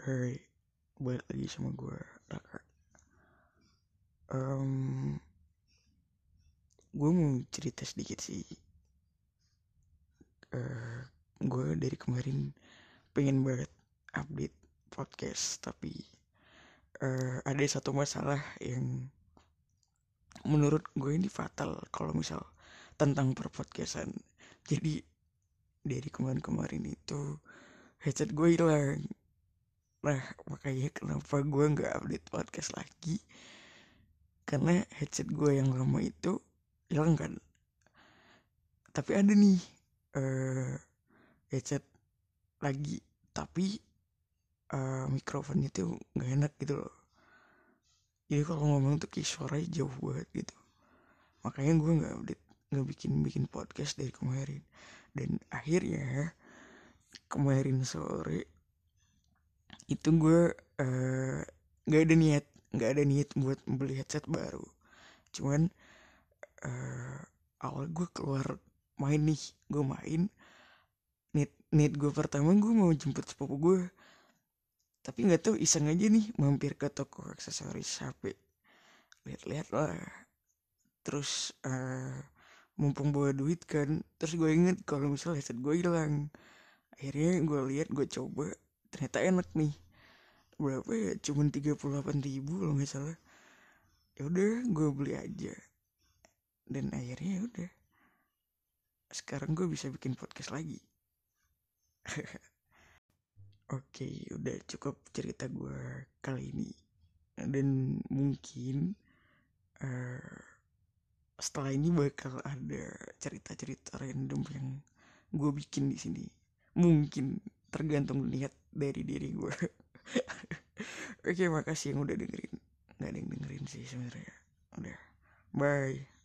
Hai, balik lagi sama gue, Raka. Gue mau cerita sedikit sih. Gue dari kemarin pengen banget update podcast, tapi ada satu masalah yang menurut gue ini fatal kalau misal tentang perpodcastan. Jadi dari kemarin itu headset gue hilang. Nah, makanya kenapa gue nggak update podcast lagi, karena headset gue yang lama itu hilang kan. Tapi ada nih headset lagi, tapi mikrofonnya tuh nggak enak gitu loh. Jadi kalau ngomong tuh kayak suaranya jauh banget gitu. Makanya gue nggak bikin podcast dari kemarin. Dan akhirnya kemarin sore itu gue nggak ada niat buat beli headset baru. Cuman awal gue keluar main nih, gue main niat gue pertama gue mau jemput sepupu gue, tapi nggak tahu iseng aja nih mampir ke toko aksesoris HP, lihat-lihat lah. Terus mumpung bawa duit kan, terus gue inget kalau misalnya headset gue hilang. Akhirnya gue lihat, gue coba, ternyata enak nih. Berapa ya, cuman 38.000 kalau nggak salah. Ya udah, gue beli aja. Dan akhirnya ya udah, sekarang gue bisa bikin podcast lagi. Oke, udah cukup cerita gue kali ini. Dan mungkin setelah ini bakal ada cerita-cerita random yang gue bikin di sini. Mungkin tergantung niat dari diri gue. Oke, makasih yang udah dengerin. Nggak ada yang dengerin sih sebenarnya. Udah, bye.